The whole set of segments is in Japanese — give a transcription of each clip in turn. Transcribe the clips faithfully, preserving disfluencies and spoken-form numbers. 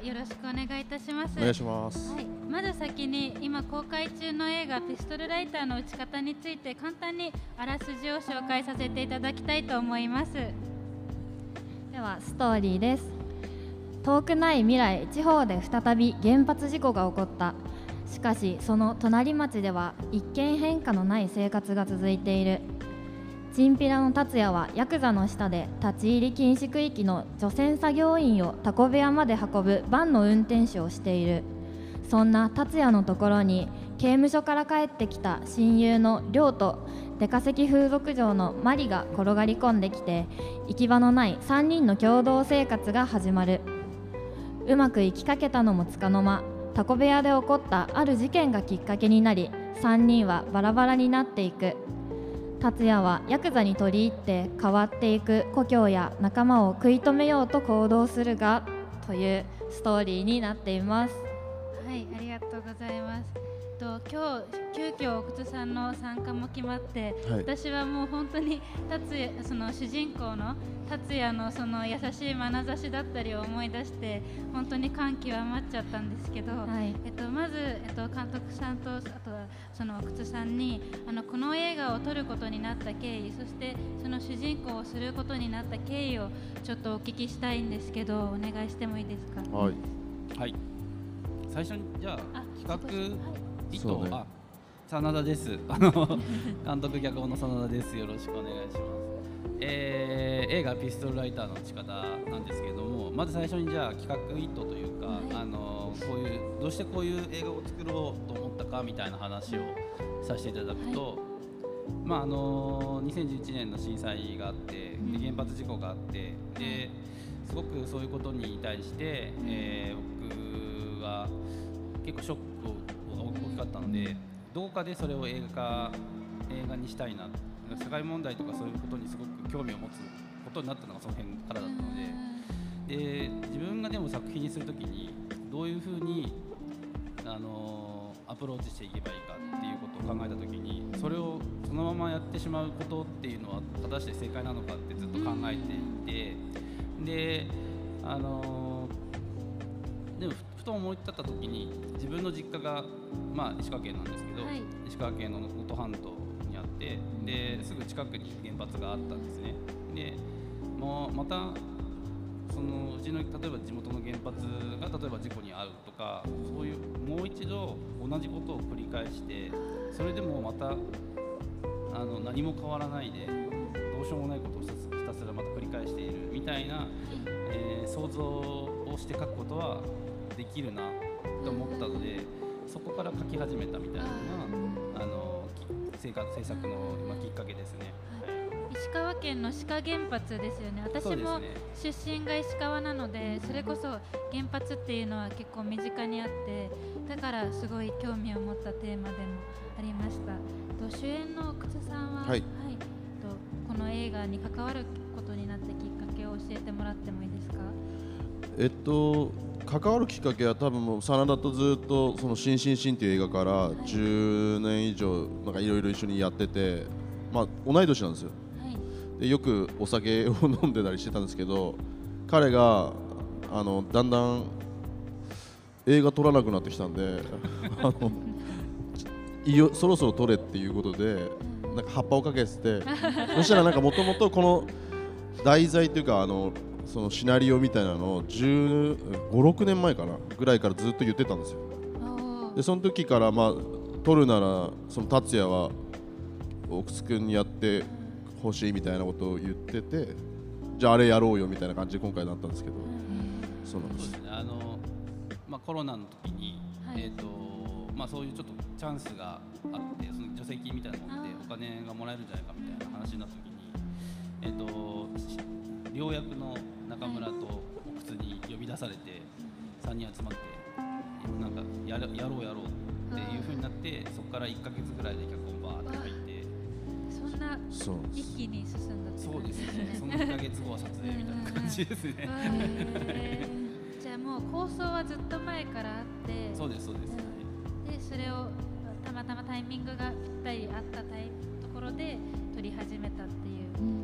よろしくお願いいたします。 お願いします。 はい、まず先に今公開中の映画ピストルライターの打ち方について簡単にあらすじを紹介させていただきたいと思います。ではストーリーです。遠くない未来、地方で再び原発事故が起こった。しかしその隣町では一見変化のない生活が続いている。チンピラの達也はヤクザの下で立ち入り禁止区域の除染作業員をタコ部屋まで運ぶバンの運転手をしている。そんな達也のところに刑務所から帰ってきた親友の亮と出稼ぎ風俗嬢のマリが転がり込んできて、行き場のないさんにんの共同生活が始まる。うまくいきかけたのもつかの間、タコ部屋で起こったある事件がきっかけになり、さんにんはバラバラになっていく。達也はヤクザに取り入って変わっていく故郷や仲間を食い止めようと行動するが、というストーリーになっています。 はい、ありがとうございます。と今日急遽奥津さんの参加も決まって、はい、私はもう本当に達也、その主人公の達也のその優しい眼差しだったりを思い出して本当に感極まっちゃったんですけど、はい、えっと、まず、えっと、監督さんとあとはその奥津さんにあのこの映画を撮ることになった経緯、そしてその主人公をすることになった経緯をちょっとお聞きしたいんですけど、お願いしてもいいですか。 はい、はい、最初にじゃあ企画、意図、ね、あ、真田です。あの監督脚本の真田です。よろしくお願いします。えー、映画ピストルライターの打ち方なんですけれども、まず最初にじゃあ企画意図というか、はい、あのこういうどうしてこういう映画を作ろうと思ったかみたいな話をさせていただくと、はい、まああのにせんじゅういちねんの震災があって、で原発事故があって、ですごくそういうことに対して、えー、僕は結構ショックが大きかったので、どこかでそれを映画化映画にしたいな、社会問題とかそういうことにすごく興味を持つことになったのがその辺からだったので、で自分がでも作品にするときにどういうふうにあのアプローチしていけばいいかっていうことを考えたときに、それをそのままやってしまうことっていうのは果たして正解なのかってずっと考えていて、であのでもふと思い立ったときに、自分の実家が、まあ、石川県なんですけど、はい、石川県の能登半島にあって、ですぐ近くに原発があったんですね。でもうまたそのうちの例えば地元の原発が例えば事故に遭うとか、そういうもう一度同じことを繰り返して、それでもまたあの何も変わらないでどうしようもないことをひたすらまた繰り返しているみたいな、えー、想像をして書くことはできるなと思ったので、そこから書き始めたみたいなのがあの制作の、まあ、きっかけですね。 石川県の志賀原発ですよね。私も出身が石川なので、それこそ原発っていうのは結構身近にあって、だからすごい興味を持ったテーマでもありました。と主演の奥津さんは、はいはい、とこの映画に関わることになったきっかけを教えてもらってもいいですか。 えっと関わるきっかけは多分もう真田とずっとその新新新っていう映画からじゅうねん以上なんかいろいろ一緒にやってて、まあ同い年なんですよ。でよくお酒を飲んでたりしてたんですけど、彼があのだんだん映画撮らなくなってきたんであのいよそろそろ撮れっていうことでなんか葉っぱをかけててそしたらなんかもともとこの題材というかあのそのシナリオみたいなのをじゅうご、ろくねんまえかなぐらいからずっと言ってたんですよ。でその時からまあ撮るならその達也は奥津君にやって欲しいみたいなことを言ってて、じゃああれやろうよみたいな感じで今回なったんですけど、 そうなんです。そうですね。あのまあコロナの時に、はい、えっとまあそういうちょっとチャンスがあって、その助成金みたいなものでお金がもらえるんじゃないかみたいな話になった時に、えっと両役の中村と奥津に呼び出されてさんにん集まってなんかやろやろうやろうっていう風になって、そこからいっかげつぐらいで脚本バーって入って。 そんな一気に進んだってそうですね。そのいっかげつごは撮影みたいな感じですね。 じゃあもう構想はずっと前からあって、 そうですそうです。 でそれをたまたまタイミングがぴったりあったタイところで撮り始めたっていう、うん、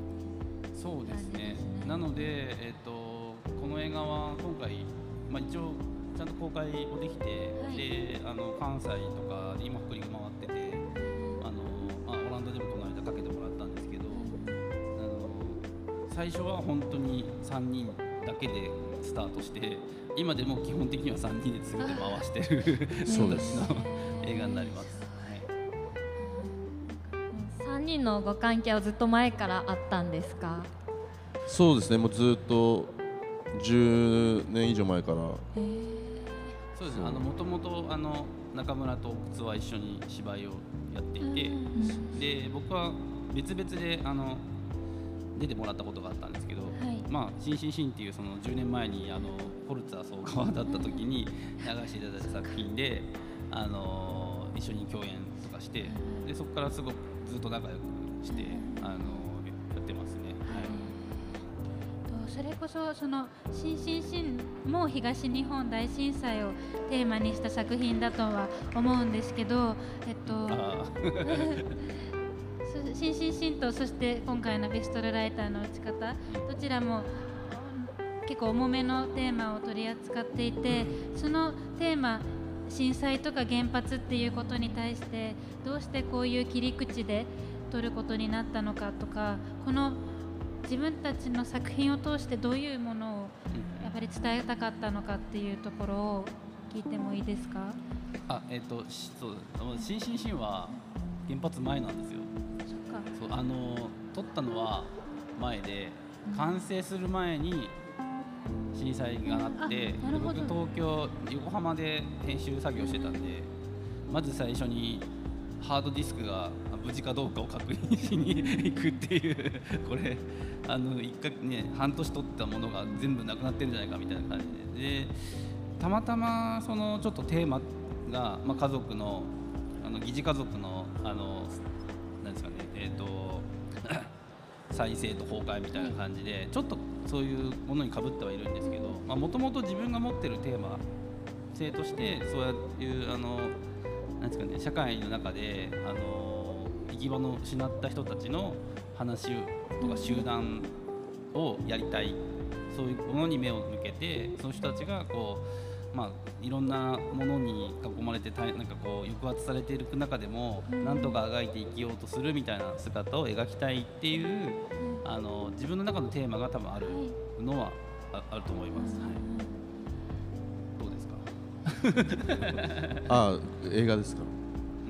そうですね。なのでえっとこの映画は今回まあ、一応ちゃんと公開もできて、 はい、 であの関西とかで今北陸回ってて、あの、まあ、オランダでもこの間かけてもらったんですけど、あの最初は本当にさんにんだけでスタートして、今でも基本的にはさんにんで全て回してる人たちの映画になります。 さんにんのご関係はずっと前からあったんですか？ そうですね、もうずっとじゅうねん以上前から。 そうですね、あのもともとあの中村と靴は一緒に芝居をやっていて、で僕は別々であの出てもらったことがあったんですけど、はい、まあ「シンシンシン」っていうそのじゅうねんまえにあのホルツァ総川だった時に流していただいた作品で、あの一緒に共演とかして、でそこからすごくずっと仲良くしてあのやってますね。 それこそその「シンシンシン」も東日本大震災をテーマにした作品だとは思うんですけど、えっと「シンシンシン」とそして今回の「ピストルライターの撃ち方」どちらも結構重めのテーマを取り扱っていて、そのテーマ震災とか原発っていうことに対してどうしてこういう切り口で撮ることになったのかとか、この自分たちの作品を通してどういうものをやっぱり伝えたかったのかっていうところを聞いてもいいですか？ あ、えっと、そう、シンシンシンは原発前なんですよ。 そっか。 そう、あの撮ったのは前で、完成する前に震災があって、 うん、 僕東京横浜で編集作業してたんで、まず最初にハードディスクが無事かどうかを確認しに行くっていうこれあの一回ね半年撮ったものが全部なくなってるんじゃないかみたいな感じで、でたまたまそのちょっとテーマが、まあ、家族のあの疑似家族のあのなんですかね、えっと再生と崩壊みたいな感じでちょっとそういうものにかぶってはいるんですけど、もともと自分が持ってるテーマ性としてそういうあのなんですかね、社会の中であの行き場の失った人たちの話とか集団をやりたい、そういうものに目を向けて、その人たちがこう、まあ、いろんなものに囲まれてなんかこう抑圧されている中でもなんとかあがいて生きようとするみたいな姿を描きたいっていうあの自分の中のテーマが多分あるのは あ, あると思います。はい、どうですか？ あ、映画ですか。うん、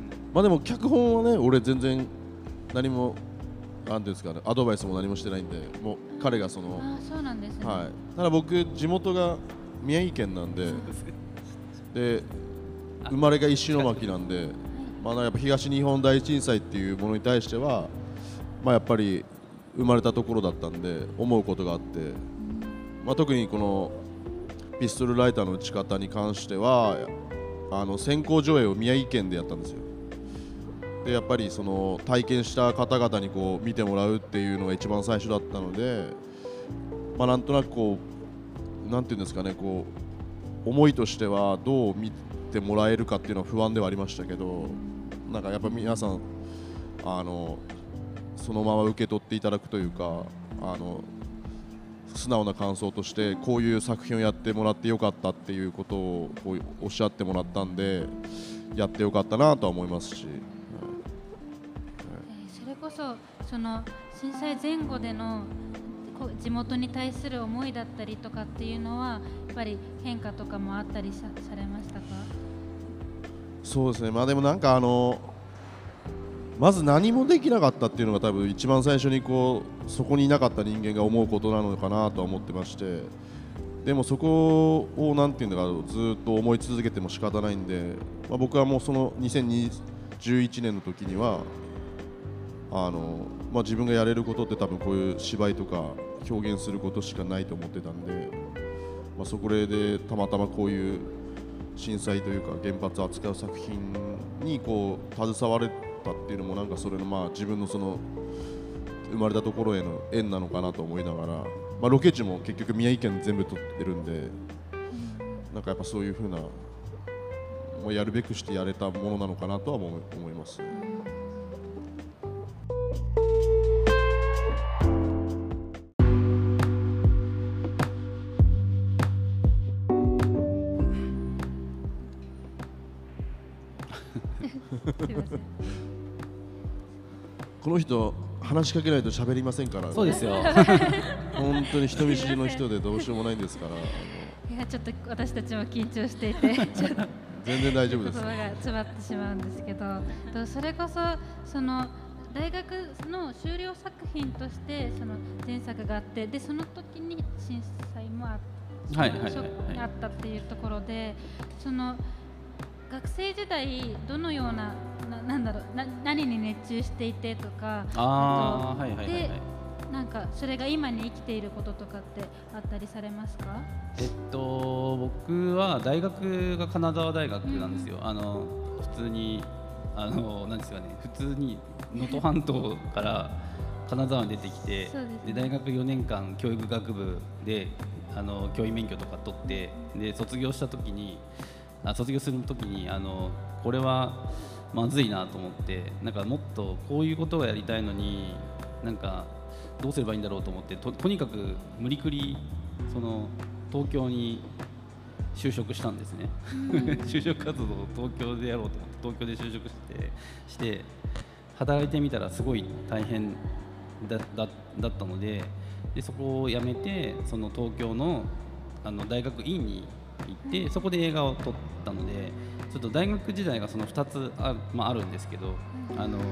まあでも脚本はね、俺全然何もなんていうんですかね、アドバイスも何もしてないんで、もう彼がその、 あ、そうなんですね。 はい。ただ僕地元が宮城県なんで、で生まれが石巻なんで、まあやっぱ東日本大震災っていうものに対しては、まあやっぱり生まれたところだったんで思うことがあって、まあ特にこのピストルライターの撃ち方に関してはあの先行上映を宮城県でやったんですよ。でやっぱりその体験した方々にこう見てもらうっていうのが一番最初だったので、まあなんとなくこうなんていうんですかね、こう思いとしてはどう見てもらえるかっていうのは不安ではありましたけど、なんかやっぱ皆さんあのそのまま受け取っていただくというか、あの素直な感想としてこういう作品をやってもらってよかったっていうことをこうおっしゃってもらったんで、やってよかったなとは思いますし、はいはい、 えー、それこそその震災前後での地元に対する思いだったりとかっていうのはやっぱり変化とかもあったり さ, されましたか？ そうですね、まあでもなんかあのまず何もできなかったっていうのが多分一番最初にこうそこにいなかった人間が思うことなのかなとは思ってまして、でもそこをなんていうんだかずっと思い続けても仕方ないんで、まあ、僕はもうそのにせんじゅういちねんの時にはあの、まあ、自分がやれることって多分こういう芝居とか表現することしかないと思ってたんで、まあ、そこでたまたまこういう震災というか原発を扱う作品にこう携われたっていうのもなんかそれのまあ自分のその生まれたところへの縁なのかなと思いながら、まあ、ロケ地も結局宮城県全部撮ってるんで、なんかやっぱそういう風なもうやるべくしてやれたものなのかなとは思います。 この人話しかけないと喋りませんから、ね、 そうですよ本当に人見知りの人でどうしようもないんですからいやちょっと私たちも緊張していてちょっと全然大丈夫です。 言葉が詰まってしまうんですけど、とそれこそその大学の修了作品としてその前作があって、でその時に震災もあって、 はいはいはいはい、 あったっていうところで、その学生時代どのような、な、なんだろうな、何に熱中していてとか、 あー、はいはいはいはい、 でなんかそれが今に生きていることとかってあったりされますか？ えっと僕は大学が金沢大学なんですよ。うん、あの普通にあのなんですかね、普通に能登半島から金沢に出てきて、で大学よねんかん教育学部であの教員免許とか取って、で卒業した時にあ卒業する時にあのこれはまずいなと思って、なんかもっとこういうことがやりたいのになんかどうすればいいんだろうと思って、 と, とにかく無理くりその東京に就職したんですね。就職活動を東京でやろうと思って東京で就職してして働いてみたらすごい大変 だ, だ, だったので、でそこを辞めてその東京 の, あの大学院に行ってそこで映画を撮ったので、ちょっと大学時代がそのふたつ あ,、まあ、あるんですけど、あの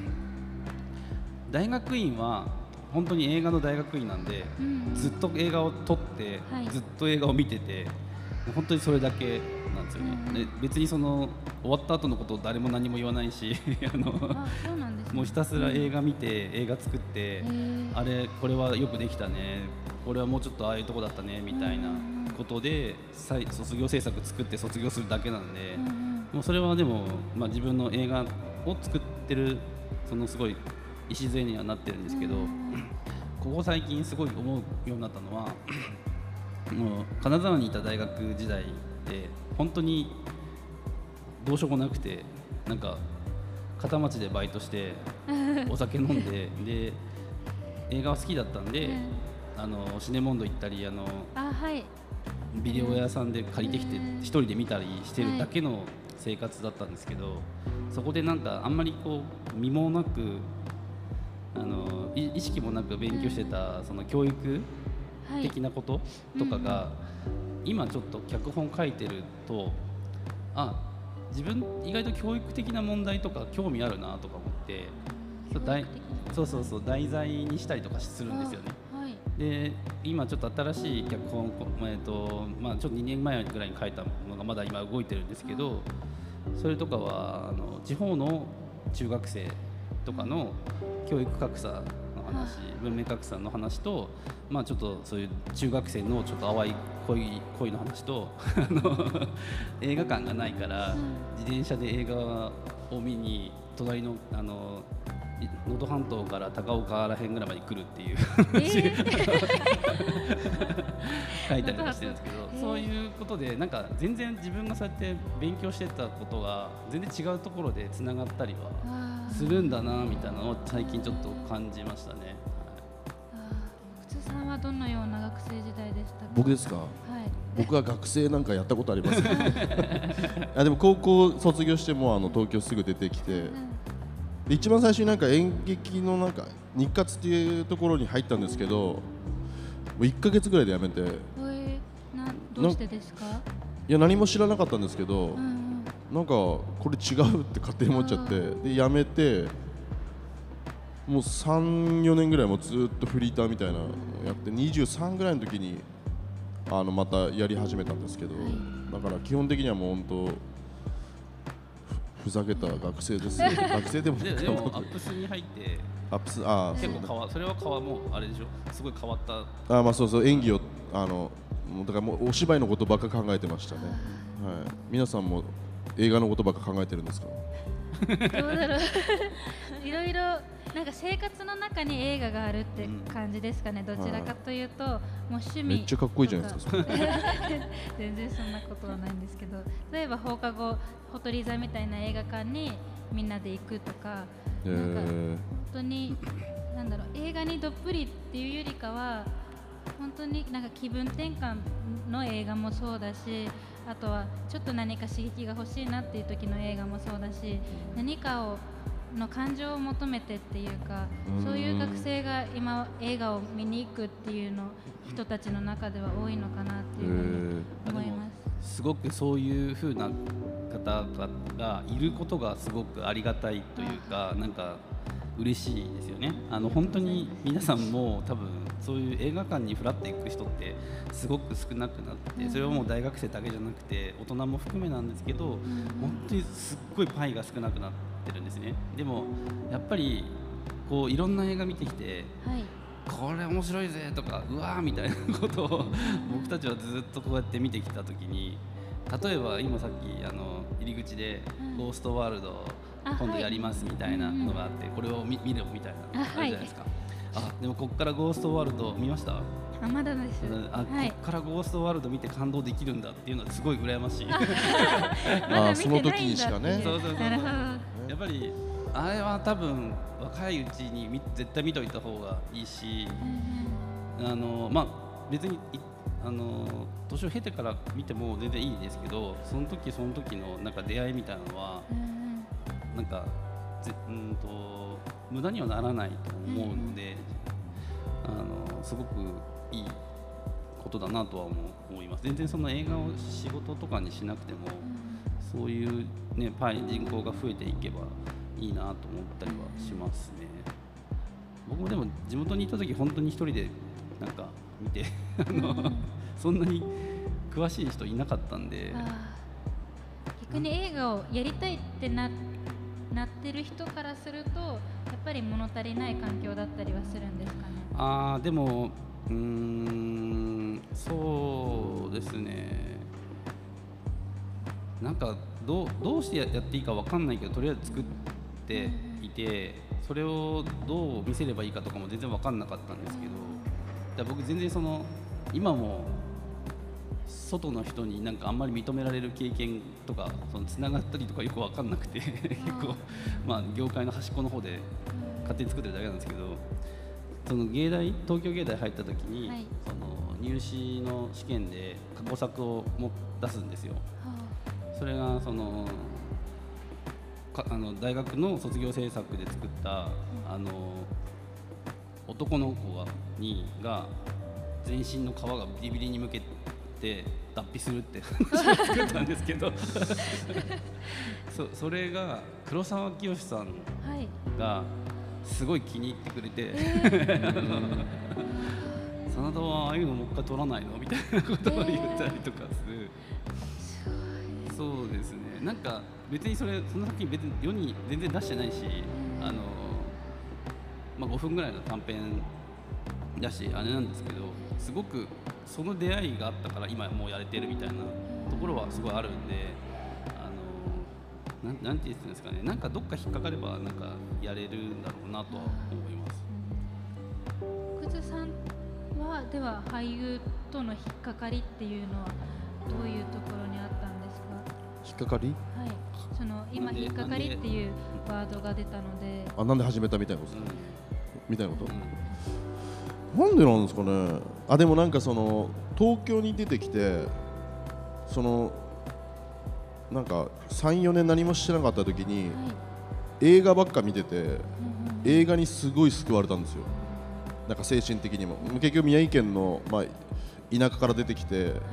大学院は本当に映画の大学院なんで、ずっと映画を撮って、はい、ずっと映画を見てて、本当にそれだけなんですよね。で別にその終わった後のことを誰も何も言わないしあのあそうなんですね、もうひたすら映画見て、うん、映画作って、あれこれはよくできたね、これはもうちょっとああいうとこだったねみたいなことで卒業制作作って卒業するだけなんで、うんうん、もうそれはでも、まあ、自分の映画を作ってるそのすごい礎にはなってるんですけど、うん、ここ最近すごい思うようになったのはもう金沢にいた大学時代で本当にどうしようもなくて、なんか片町でバイトしてお酒飲んでで映画は好きだったんで、うん、あのシネモンド行ったりあのあ、はい、 ビデオ屋さんで借りてきて一人で見たりしてるだけの生活だったんですけど、そこでなんかあんまりこう身もなくあの意識もなく勉強してたその教育的なこととかが、今ちょっと脚本書いてると、あ自分意外と教育的な問題とか興味あるなとか思って、そうそうそう題材にしたりとかするんですよね。で今ちょっと新しい脚本、えーとまあ、ちょっとにねんまえぐらいに書いたのがまだ今動いてるんですけど、それとかはあの地方の中学生とかの教育格差の話、文明格差の話と、まあ、ちょっとそういう中学生のちょっと淡い 恋, 恋の話とあの映画館がないから自転車で映画を見に隣のあの能登半島から高岡らへんぐらいまで来るっていう話、えー、書いたりとかしてるんですけど、えー、そういうことでなんか全然自分がそうやって勉強してたことが全然違うところでつながったりはするんだなみたいなのを最近ちょっと感じましたね。 普通さんはどのような学生時代でしたか？ 僕ですか、 はい、 僕は学生なんかやったことありますあでも高校卒業してもあの東京すぐ出てきて、うんで一番最初になんか演劇のなんか日活っていうところに入ったんですけど、もういっかげつぐらいで辞めて、 えー、などうしてですか？ いや何も知らなかったんですけど、うんうん、なんかこれ違うって勝手に思っちゃって、で辞めてもうさん、よねんぐらいもずっとフリーターみたいなのやって、にじゅうさんぐらいの時にあのまたやり始めたんですけど、はい、だから基本的にはもう本当ふざけた学生ですよ。学生でもで, でもアップスに入ってアップスあ結構変わそれは変わもうあれでしょ、すごい変わった。 あまあそうそう演技をあのだからもうお芝居のことばっか考えてましたね。はい。皆さんも映画のことばっか考えてるんですか？ どうだろういろいろなんか生活の中に映画があるって感じですかね、うん、どちらかというと、はい、もう趣味めっちゃかっこいいじゃないですか全然そんなことはないんですけど、例えば放課後ほとり座みたいな映画館にみんなで行くとか、えー、なんか本当になんだろう映画にどっぷりっていうよりかは本当になんか気分転換の映画もそうだし、あとはちょっと何か刺激が欲しいなっていう時の映画もそうだし、何かをの感情を求めてっていうか、そういう学生が今映画を見に行くっていうの人たちの中では多いのかなっていうふうに思います。 すごくそういう風な方がいることがすごくありがたいというか、なんか嬉しいですよね。あの本当に皆さんも多分そういう映画館にフラッと行く人ってすごく少なくなって、それはもう大学生だけじゃなくて大人も含めなんですけど、本当にすっごいパイが少なくなってるんですね。でもやっぱりこういろんな映画見てきて、 はい、 これ面白いぜとかうわーみたいなことを僕たちはずっとこうやって見てきた時に、例えば今さっきあの入り口でゴーストワールド今度やりますみたいなのがあって、これを見見ろみたいなのあるじゃないですか。あ、でもここからゴーストワールド見ました？ あ、まだです。 あ、ここからゴーストワールド見て感動できるんだっていうのはすごい羨ましい。 あ、その時にしかね。 そうそうそう。やっぱりあれは多分若いうちに絶対見といた方がいいし、あのまあ別にあの年を経てから見ても全然いいですけど、その時その時のなんか出会いみたいなのは、なんかぜうんと無駄にはならないと思うので、あのすごくいいことだなとは思思います。全然その映画を仕事とかにしなくても、そういうねパイ人口が増えていけばいいなと思ったりはしますね。僕もでも地元にいた時本当に一人でなんか見てあのそんなに詳しい人いなかったんで、 逆に映画をやりたいってななってる人からするとやっぱり物足りない環境だったりはするんですかね。 あーでもうーんそうですね、なんかどう、どうしてやっていいか分かんないけどとりあえず作っていて、それをどう見せればいいかとかも全然分かんなかったんですけど、だ僕全然その今も外の人になんかあんまり認められる経験とかそのつながったりとかよく分かんなくて結構まあ業界の端っこの方で勝手に作ってるだけなんですけど、その芸大東京芸大入った時に、はい、その入試の試験で過去作をも出すんですよ。それがそのかあの大学の卒業制作で作った、あの男の子がにが全身の皮がビリビリに向けて脱皮するって話を作ったんですけどそ, それが黒沢清さんがすごい気に入ってくれて、えー、真田はああいうのもう一回撮らないのみたいなことを言ったりとかする、えー、そうですね。なんか別にそれその時に別に世に全然出してないし、あの、まあ、ごふんぐらいの短編だしあれなんですけど、すごくその出会いがあったから今もうやれてるみたいなところはすごいあるんで、あの な, なんて言うんですかね、なんかどっか引っかかればなんかやれるんだろうなとは思います。 奥津さんはでは俳優との引っかかりっていうのはどういうところにあったんですか？ 引っかかり？ はい、その今引っかかりっていうワードが出たので、 あ、なんで始めたみたいなことですか、うん、みたいなこと、 うん、 なんでなんですかね。あ、でもなんかその東京に出てきて、そのなんかさん、よねん何もしてなかった時に、はい、映画ばっか見てて、うんうん、映画にすごい救われたんですよ。なんか精神的にも。結局宮城県の、まあ、田舎から出てきて、はい、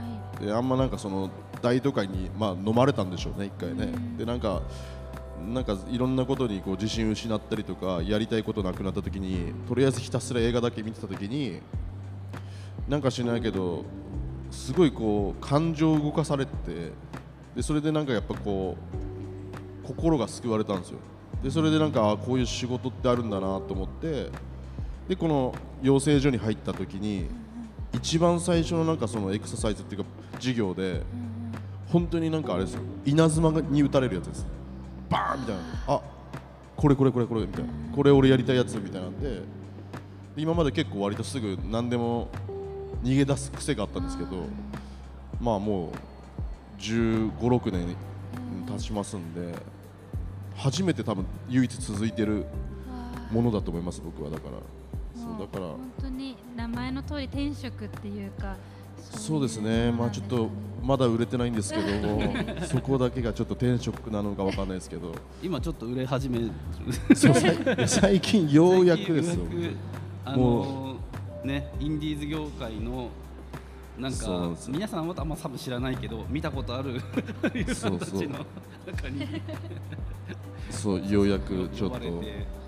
であんまなんかその大都会に、まあ、飲まれたんでしょうね、一回ね、うん、でなんかなんかいろんなことにこう自信失ったりとかやりたいことなくなった時に、とりあえずひたすら映画だけ見てた時に、なんか知らないけどすごいこう感情を動かされて、でそれでなんかやっぱこう心が救われたんですよ。でそれでなんかこういう仕事ってあるんだなと思って、でこの養成所に入った時に一番最初のなんかそのエクササイズっていうか授業で本当になんかあれですよ、稲妻に打たれるやつです。バーンみたいな、あ、これこれこれこれみたいな、これ俺やりたいやつみたいなんで、今まで結構割とすぐ何でも逃げ出す癖があったんですけど、まあもうじゅうご、ろくねん経ちますんで、初めて多分唯一続いてるものだと思います、僕は。だからそうだから本当に名前の通り転職っていうか、 そうですね、まあちょっとまだ売れてないんですけどもそこだけがちょっと転職なのかわかんないですけど今ちょっと売れ始めるそう最近ようやくですよ。 あのー、ねインディーズ業界のなんか皆さんはあんま多分知らないけど見たことあるユーザーたちの中にそうようやくちょっとなんで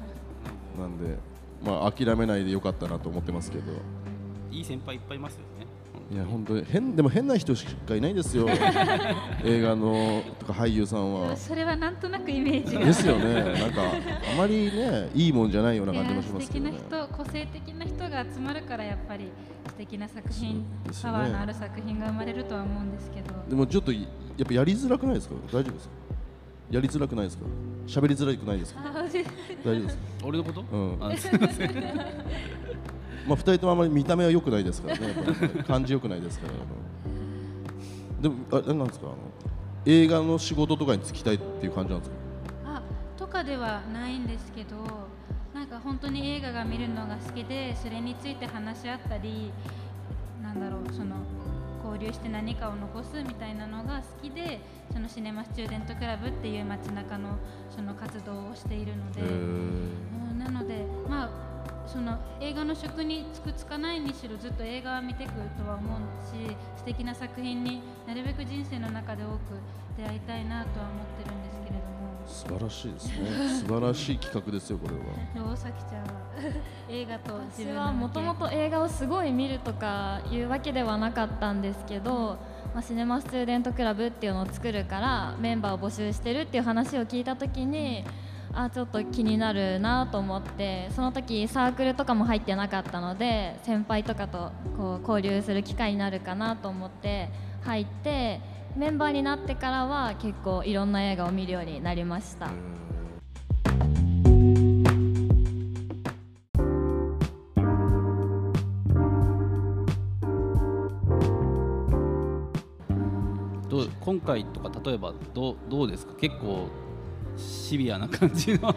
まあ諦めないでよかったなと思ってますけど。 いい先輩いっぱいいますよね。 いや本当に変でも変な人しかいないですよ映画のとか俳優さんは。 それはなんとなくイメージがですよね。なんかあまりねいいもんじゃないような感じもしますけどね。 素敵な人、個性的な人が集まるからやっぱり素敵な作品、ね、パワーのある作品が生まれるとは思うんですけど。 でもちょっとやっぱやりづらくないですか。大丈夫ですか。やりづらくないですか。喋りづらくないですか。大丈夫ですか。 俺のこと？ うん。 あ、すみません。 まあふたりともあまり見た目は良くないですからね。感じ良くないですから。でもあれなんですか。あの映画の仕事とかに就きたいっていう感じなんですか。 あ、とかではないんですけど、なんか本当に映画が見るのが好きで、それについて話し合ったり、なんだろうその交流して何かを残すみたいなのが好きで、そのシネマスチューデントクラブっていう街中のその活動をしているので、うん、なのでまあ。その映画の職に就くつかないにしろずっと映画は見ていくとは思うし、素敵な作品になるべく人生の中で多く出会いたいなとは思ってるんですけれども。 素晴らしいですね。素晴らしい企画ですよこれは。 大崎ちゃんは映画と自分の私はもともと映画をすごい見るとかいうわけではなかったんですけど、まあ、シネマスチューデントクラブっていうのを作るからメンバーを募集してるっていう話を聞いたときに、あちょっと気になるなと思って、その時サークルとかも入ってなかったので先輩とかとこう交流する機会になるかなと思って入って、メンバーになってからは結構いろんな映画を見るようになりました。 どう今回とか例えばどう、どうですか。結構シビアな感じの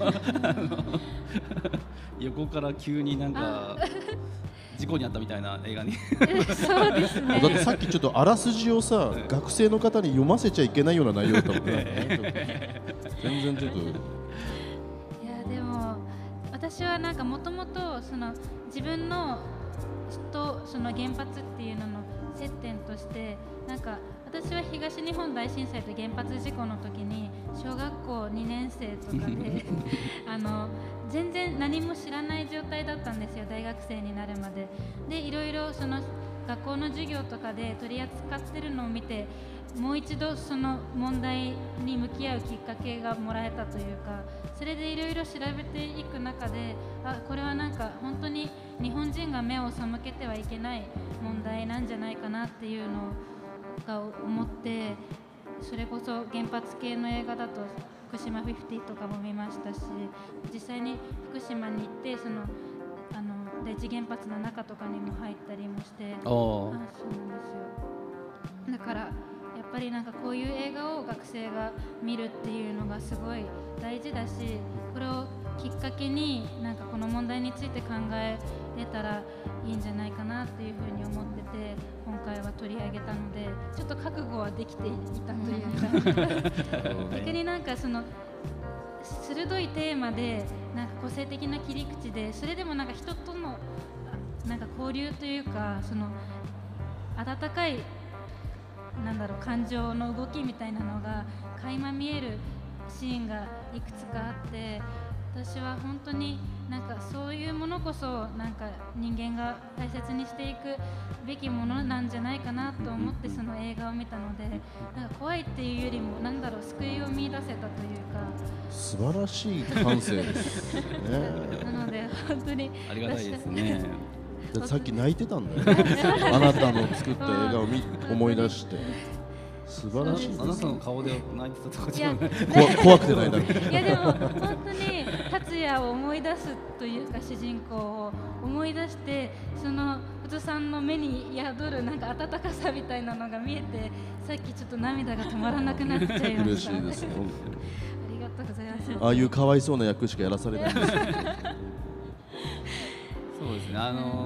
横から急になんか事故にあったみたいな映画にそうですね。 だってさっきちょっとあらすじをさ、うん、学生の方に読ませちゃいけないような内容だったもんね全然ちょっと。いやでも私はなんかもともとその自分のとその原発っていうのの接点として、なんか私は東日本大震災と原発事故の時に小学校にねん生とかであの全然何も知らない状態だったんですよ、大学生になるまで。でいろいろその学校の授業とかで取り扱ってるのを見て、もう一度その問題に向き合うきっかけがもらえたというか、それでいろいろ調べていく中で、あこれはなんか本当に日本人が目を背けてはいけない問題なんじゃないかなっていうのが思って、それこそ原発系の映画だと福島フィフティとかも見ましたし、実際に福島に行ってそのあの第一原発の中とかにも入ったりもして、あそうなんですよ。だからやっぱりなんかこういう映画を学生が見るっていうのがすごい大事だし、これをきっかけになんかこの問題について考えれたらいいんじゃないかなっていうふうに思ってて、今回は取り上げたのでちょっと覚悟はできていたというか逆になんかその鋭いテーマでなんか個性的な切り口で、それでもなんか人とのなんか交流というか、その温かいなんだろう感情の動きみたいなのが垣間見えるシーンがいくつかあって、私は本当になんかそういうものこそなんか人間が大切にしていくべきものなんじゃないかなと思ってその映画を見たので、なんか怖いっていうよりもなんだろう救いを見出せたというか。 素晴らしい感性ですねなので本当にありがたいですね。 だってさっき泣いてたんだよあなたの作った映画を見思い出して素晴らしいです。 あなたの顔で泣いてたとかじゃない。 怖怖くて泣いたの。 いやでも本当に達也を思い出すというか、主人公を思い出して、その宇都さんの目に宿るなんか温かさみたいなのが見えて、さっきちょっと涙が止まらなくなっちゃいました。 嬉しいですね。 ありがとうございます。 ああいうかわいそうな役しかやらされないんです。 そうですね。あの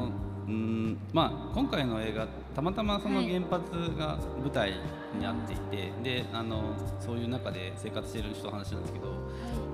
んまあ、今回の映画たまたまその原発が舞台にあっていて、はい、であのそういう中で生活している人の話なんですけど、はい、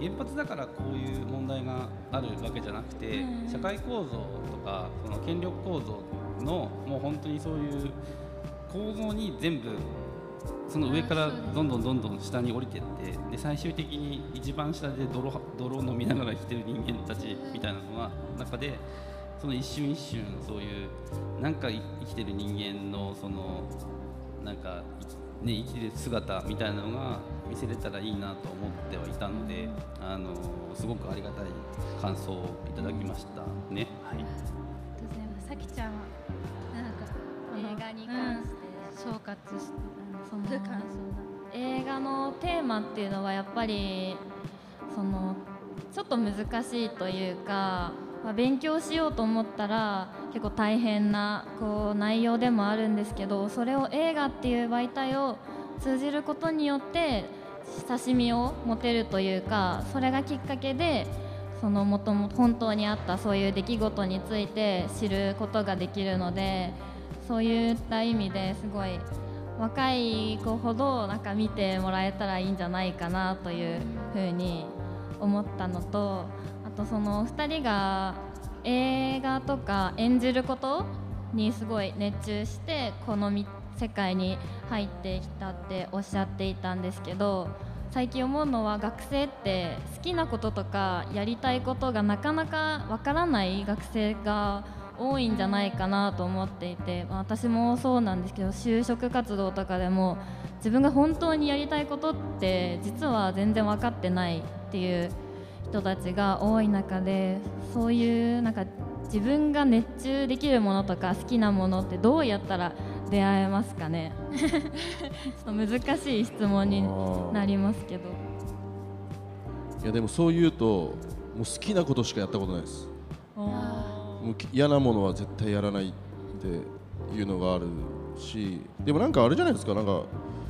原発だからこういう問題があるわけじゃなくて、うん、社会構造とかその権力構造のもう本当にそういう構造に全部その上からどんどんどんどん下に降りていってで最終的に一番下で 泥, 泥を飲みながら生きてる人間たちみたいなのが中でその一瞬一瞬そういうなんか生きてる人間のそのなんか、ね、生きてる姿みたいなのが見せれたらいいなと思ってはいたので、あのすごくありがたい感想をいただきましたね。はい。ありがとうございます。さきちゃんはなんか映画に関して、 うん、総括してその感想だ。 映画のテーマっていうのはやっぱりそのちょっと難しいというか。まあ、勉強しようと思ったら結構大変なこう内容でもあるんですけど、それを映画っていう媒体を通じることによって親しみを持てるというか、それがきっかけでそのもともと本当にあったそういう出来事について知ることができるので、そういった意味ですごい若い子ほどなんか見てもらえたらいいんじゃないかなというふうに思ったのと、あとそのふたりが映画とか演じることにすごい熱中してこの世界に入ってきたっておっしゃっていたんですけど、最近思うのは学生って好きなこととかやりたいことがなかなかわからない学生が多いんじゃないかなと思っていて、まあ、私もそうなんですけど就職活動とかでも自分が本当にやりたいことって実は全然分かってないっていう人たちが多い中で、そういうなんか自分が熱中できるものとか好きなものってどうやったら出会えますかねちょっと難しい質問になりますけど。 いやでもそう言うともう好きなことしかやったことないです。もう嫌なものは絶対やらないっていうのがあるし、でもなんかあれじゃないですか、なんか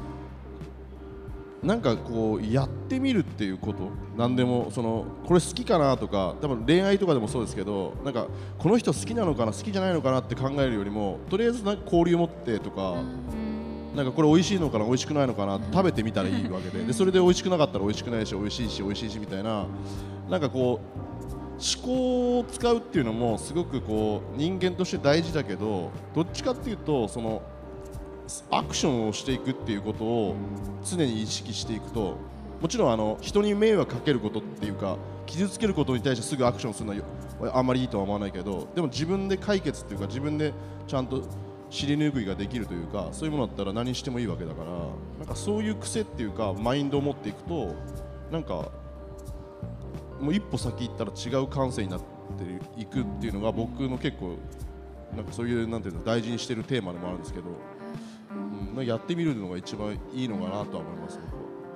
なんかこうやってみるっていうこと、何でもそのこれ好きかなとか、多分恋愛とかでもそうですけど、なんかこの人好きなのかな好きじゃないのかなって考えるよりも、とりあえずなんか交流持ってとか、なんかこれ美味しいのかな美味しくないのかなって食べてみたらいいわけで、でそれで美味しくなかったら美味しくないし美味しいし美味しいしみたいな、なんかこう思考を使うっていうのもすごくこう人間として大事だけど、どっちかっていうとそのアクションをしていくっていうことを常に意識していくと、もちろんあの人に迷惑かけることっていうか傷つけることに対してすぐアクションするのはあんまりいいとは思わないけど、でも自分で解決っていうか自分でちゃんと尻拭いができるというか、そういうものだったら何してもいいわけだから、なんかそういう癖っていうかマインドを持っていくと、なんかもう一歩先行ったら違う感性になっていくっていうのが僕の結構なんかそういうなんていうの大事にしてるテーマでもあるんですけど、うん、やってみるのが一番いいのかなとは思います。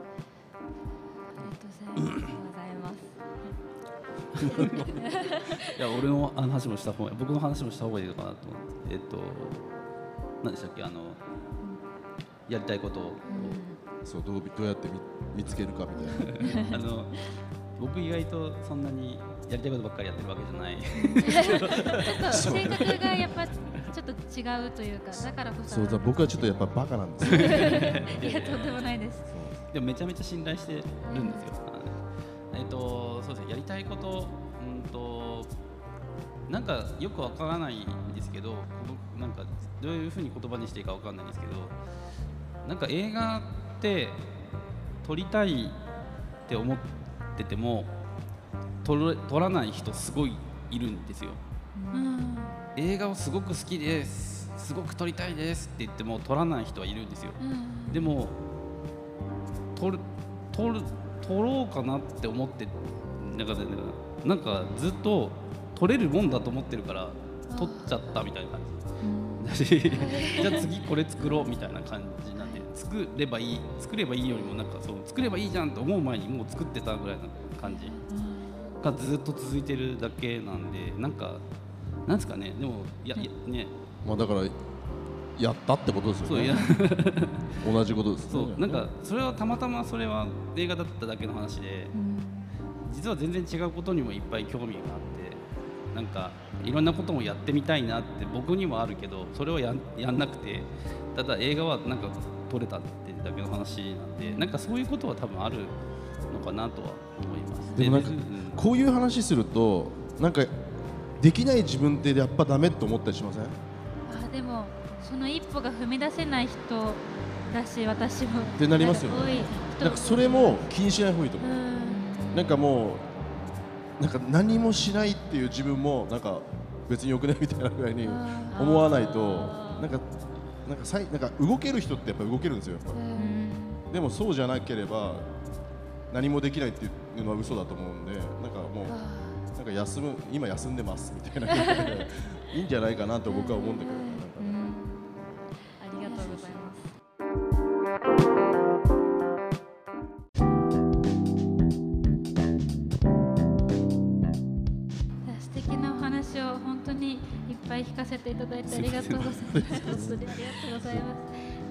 ありがとうございます。 いや俺の話もした方が僕の話もした方がいいのかなと思って、えっと何でしたっけ、あのやりたいことを、 うん、そうどうどうやって 見, 見つけるかみたいなあの僕意外とそんなにやりたいことばっかりやってるわけじゃないちょっと性格がやっぱちょっと違うというか、だからこそ。 そうだ、僕はちょっとやっぱバカなんですよいやとんでもないです。 でもめちゃめちゃ信頼してるんですよ。うん、えっとそうですね、やりたいこと、うんとなんかよくわからないんですけど、僕なんかどういうふうに言葉にしていいかわかんないんですけど、なんか映画って撮りたいって思ってても撮る撮らない人すごいいるんですよ。うん、映画をすごく好きです、すごく撮りたいですって言っても撮らない人はいるんですよ。うん、でも撮る撮る撮ろうかなって思ってなんかなんかずっと撮れるもんだと思ってるから撮っちゃったみたいな感じ、うん、じゃあ次これ作ろうみたいな感じなんで、作ればいい作ればいいよりもなんかそう作ればいいじゃんと思う前にもう作ってたぐらいな感じがずっと続いてるだけなんで、なんかなんですかね、でもいやいやね、 まあだからやったってことですよね。そう同じことですね。 そうなんかそれはたまたまそれは映画だっただけの話で、うん、実は全然違うことにもいっぱい興味があって、 なんかいろんなこともやってみたいなって僕にもあるけど、それを や, やんなくて、ただ映画はなんか撮れたってだけの話なんで、なんかそういうことは多分あるのかなとは思います。 でもなんかこういう話するとなんかできない自分ってやっぱダメって思ったりしません？ あでもその一歩が踏み出せない人だし、私もってなりますよね。なんかそれも気にしない方がいいと思う。うん、なんかもうなんか何もしないっていう自分もなんか別に良くないみたいなぐらいに思わないと、なんかなんかさいなんか動ける人ってやっぱ動けるんですよ。やっぱでもそうじゃなければ何もできないっていうのは嘘だと思うんで、なんかもうなんか休む今休んでますみたいないいんじゃないかなと僕は思うんだけど、なんかありがとうございます。 素敵なお話を本当にいっぱい聞かせていただいてありがとうございます。本当にありがとうございます。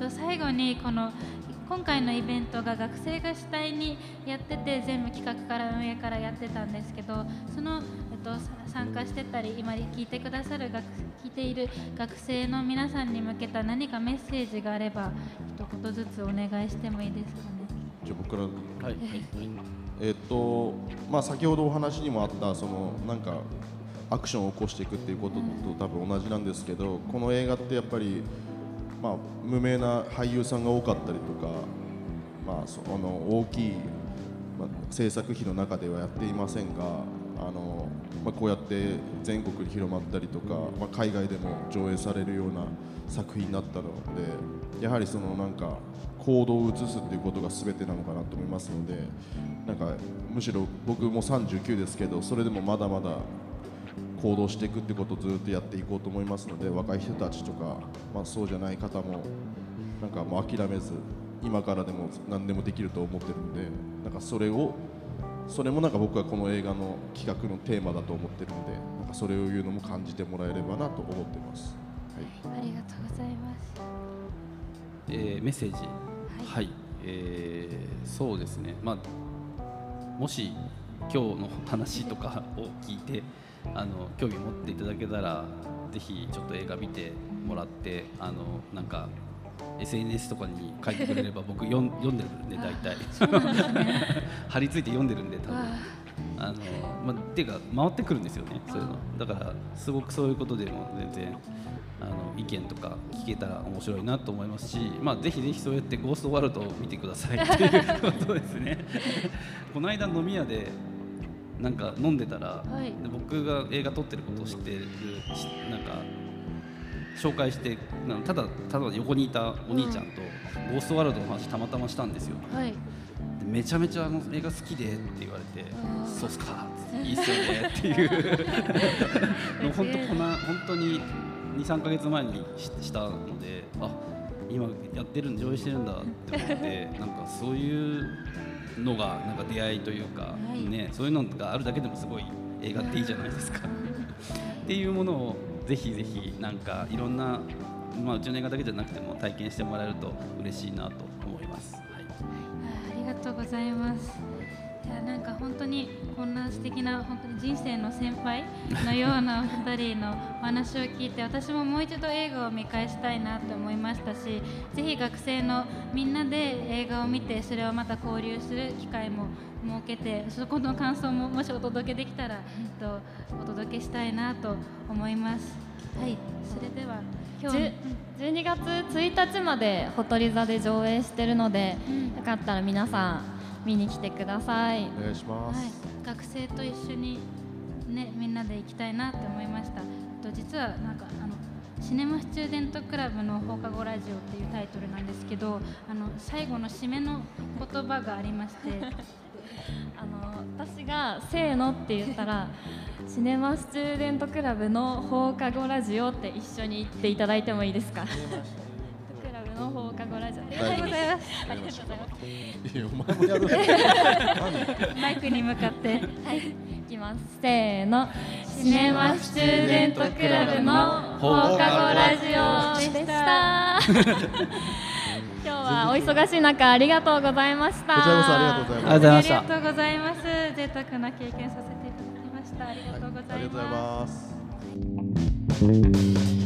と最後にこの今回のイベントが学生が主体にやってて、全部企画から運営からやってたんですけど、その、えっと、参加してたり今聞いてくださる学聞いている学生の皆さんに向けた何かメッセージがあれば一言ずつお願いしてもいいですかね。 じゃあ僕から、 はい、 えっとまあ先ほどお話にもあったそのなんかアクションを起こしていくっていうことと多分同じなんですけど、この映画ってやっぱりまあ、無名な俳優さんが多かったりとか、まあ、そあの大きい、まあ、制作費の中ではやっていませんが、あの、まあ、こうやって全国に広まったりとか、まあ、海外でも上映されるような作品になったので、やはりそのなんか行動を移すっていうことが全てなのかなと思いますので、なんかむしろ僕もさんじゅうきゅうですけど、それでもまだまだ行動していくってことをずっとやっていこうと思いますので、若い人たちとか、まあ、そうじゃない方もなんかもう諦めず今からでも何でもできると思ってるんで、なんかそれをそれもなんか僕はこの映画の企画のテーマだと思ってるんで、なんかそれを言うのも感じてもらえればなと思ってます。 はい、ありがとうございます。 えー、メッセージ、はい、はい、えー、そうですね。まあもし今日の話とかを聞いてあの興味持っていただけたら、ぜひちょっと映画見てもらって、あのなんか エスエヌエス とかに書いてくれれば僕読ん読んでるんで、大体張り付いて読んでるんで、多分あの、まあ、っていうか回ってくるんですよね、そういうの。だからすごくそういうことでも全然あの意見とか聞けたら面白いなと思いますし、まあ、ぜひぜひそうやってゴーストワールドを見てくださいっていうことですねこの間飲み屋でなんか飲んでたら、はい、で僕が映画撮ってることを知ってるなんか紹介して、ただただ横にいたお兄ちゃんとゴーストワールドの話たまたましたんですよ、はい、でめちゃめちゃあの映画好きでって言われて、そうっすかいいっすよねっていうもう本当こんな本当ににさんかげつまえにしたので、あ今やってるん上映してるんだって思ってなんかそういうのがなんか出会いというか、はいね、そういうのがあるだけでもすごい映画っていいじゃないですかっていうものをぜひぜひなんかいろんな、まあ、うちの映画だけじゃなくても体験してもらえると嬉しいなと思います、はい、 ありがとうございます。いやなんか本当にこんな素敵な本当に人生の先輩のようなお二人のお話を聞いて、私ももう一度映画を見返したいなと思いましたし、ぜひ学生のみんなで映画を見てそれをまた交流する機会も設けて、そこの感想ももしお届けできたらとお届けしたいなと思います。はい、それでは今日じゅうにがつついたちまでほとり座で上映してるので、うん、よかったら皆さん見に来てください。 お願いします、はい、 学生と一緒に、ね、みんなで行きたいなと思いました。と実はなんかあのシネマスチューデントクラブの放課後ラジオっていうタイトルなんですけど、あの最後の締めの言葉がありましてあの私がせーのって言ったらシネマスチューデントクラブの放課後ラジオって一緒に言っていただいてもいいですか？クラブの放課後ラジオ。ありがとうございます。ありがとうございます。 いや、お前もやるマイクに向かって、 はい、いきます。せーの。シネマスチューデントクラブの放課後ラジオでした。今日はお忙しい中ありがとうございました。 こちらこそありがとうございました。 ありがとうございました。 ありがとうございます。贅沢な経験させていただきました。 ありがとうございます。 はい、ありがとうございます。